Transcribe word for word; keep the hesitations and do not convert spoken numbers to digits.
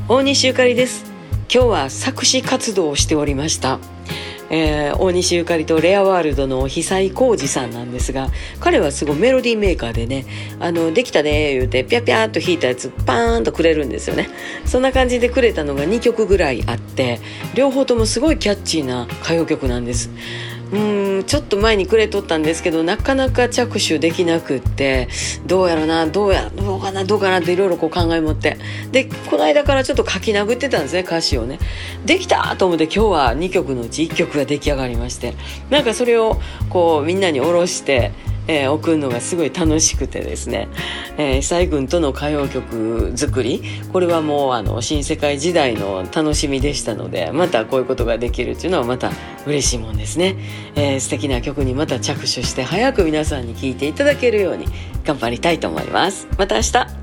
大西ゆかりです。今日は作詞活動をしておりました。えー、大西ゆかりとレアワールドの久井浩二さんなんですが、彼はすごいメロディーメーカーでね、あのできたね言うてピャピャーっと弾いたやつパーンとくれるんですよね。そんな感じでくれたのがにきょくぐらいあって、両方ともすごいキャッチーな歌謡曲なんです。うーんちょっと前にくれとったんですけど、なかなか着手できなくって、どうやろなどうやどうかなどうかなっていろいろこう考え持って、でこの間からちょっと書き殴ってたんですね、歌詞をね。できたと思って、今日はにきょくのうちいっきょくが出来上がりまして、なんかそれをこうみんなに下ろしてえー、送るのがすごい楽しくてですね、えー、久井君との歌謡曲作り、これはもうあの新世界時代の楽しみでしたので、またこういうことができるっていうのはまた嬉しいもんですね。えー、素敵な曲にまた着手して、早く皆さんに聴いていただけるように頑張りたいと思います。また明日。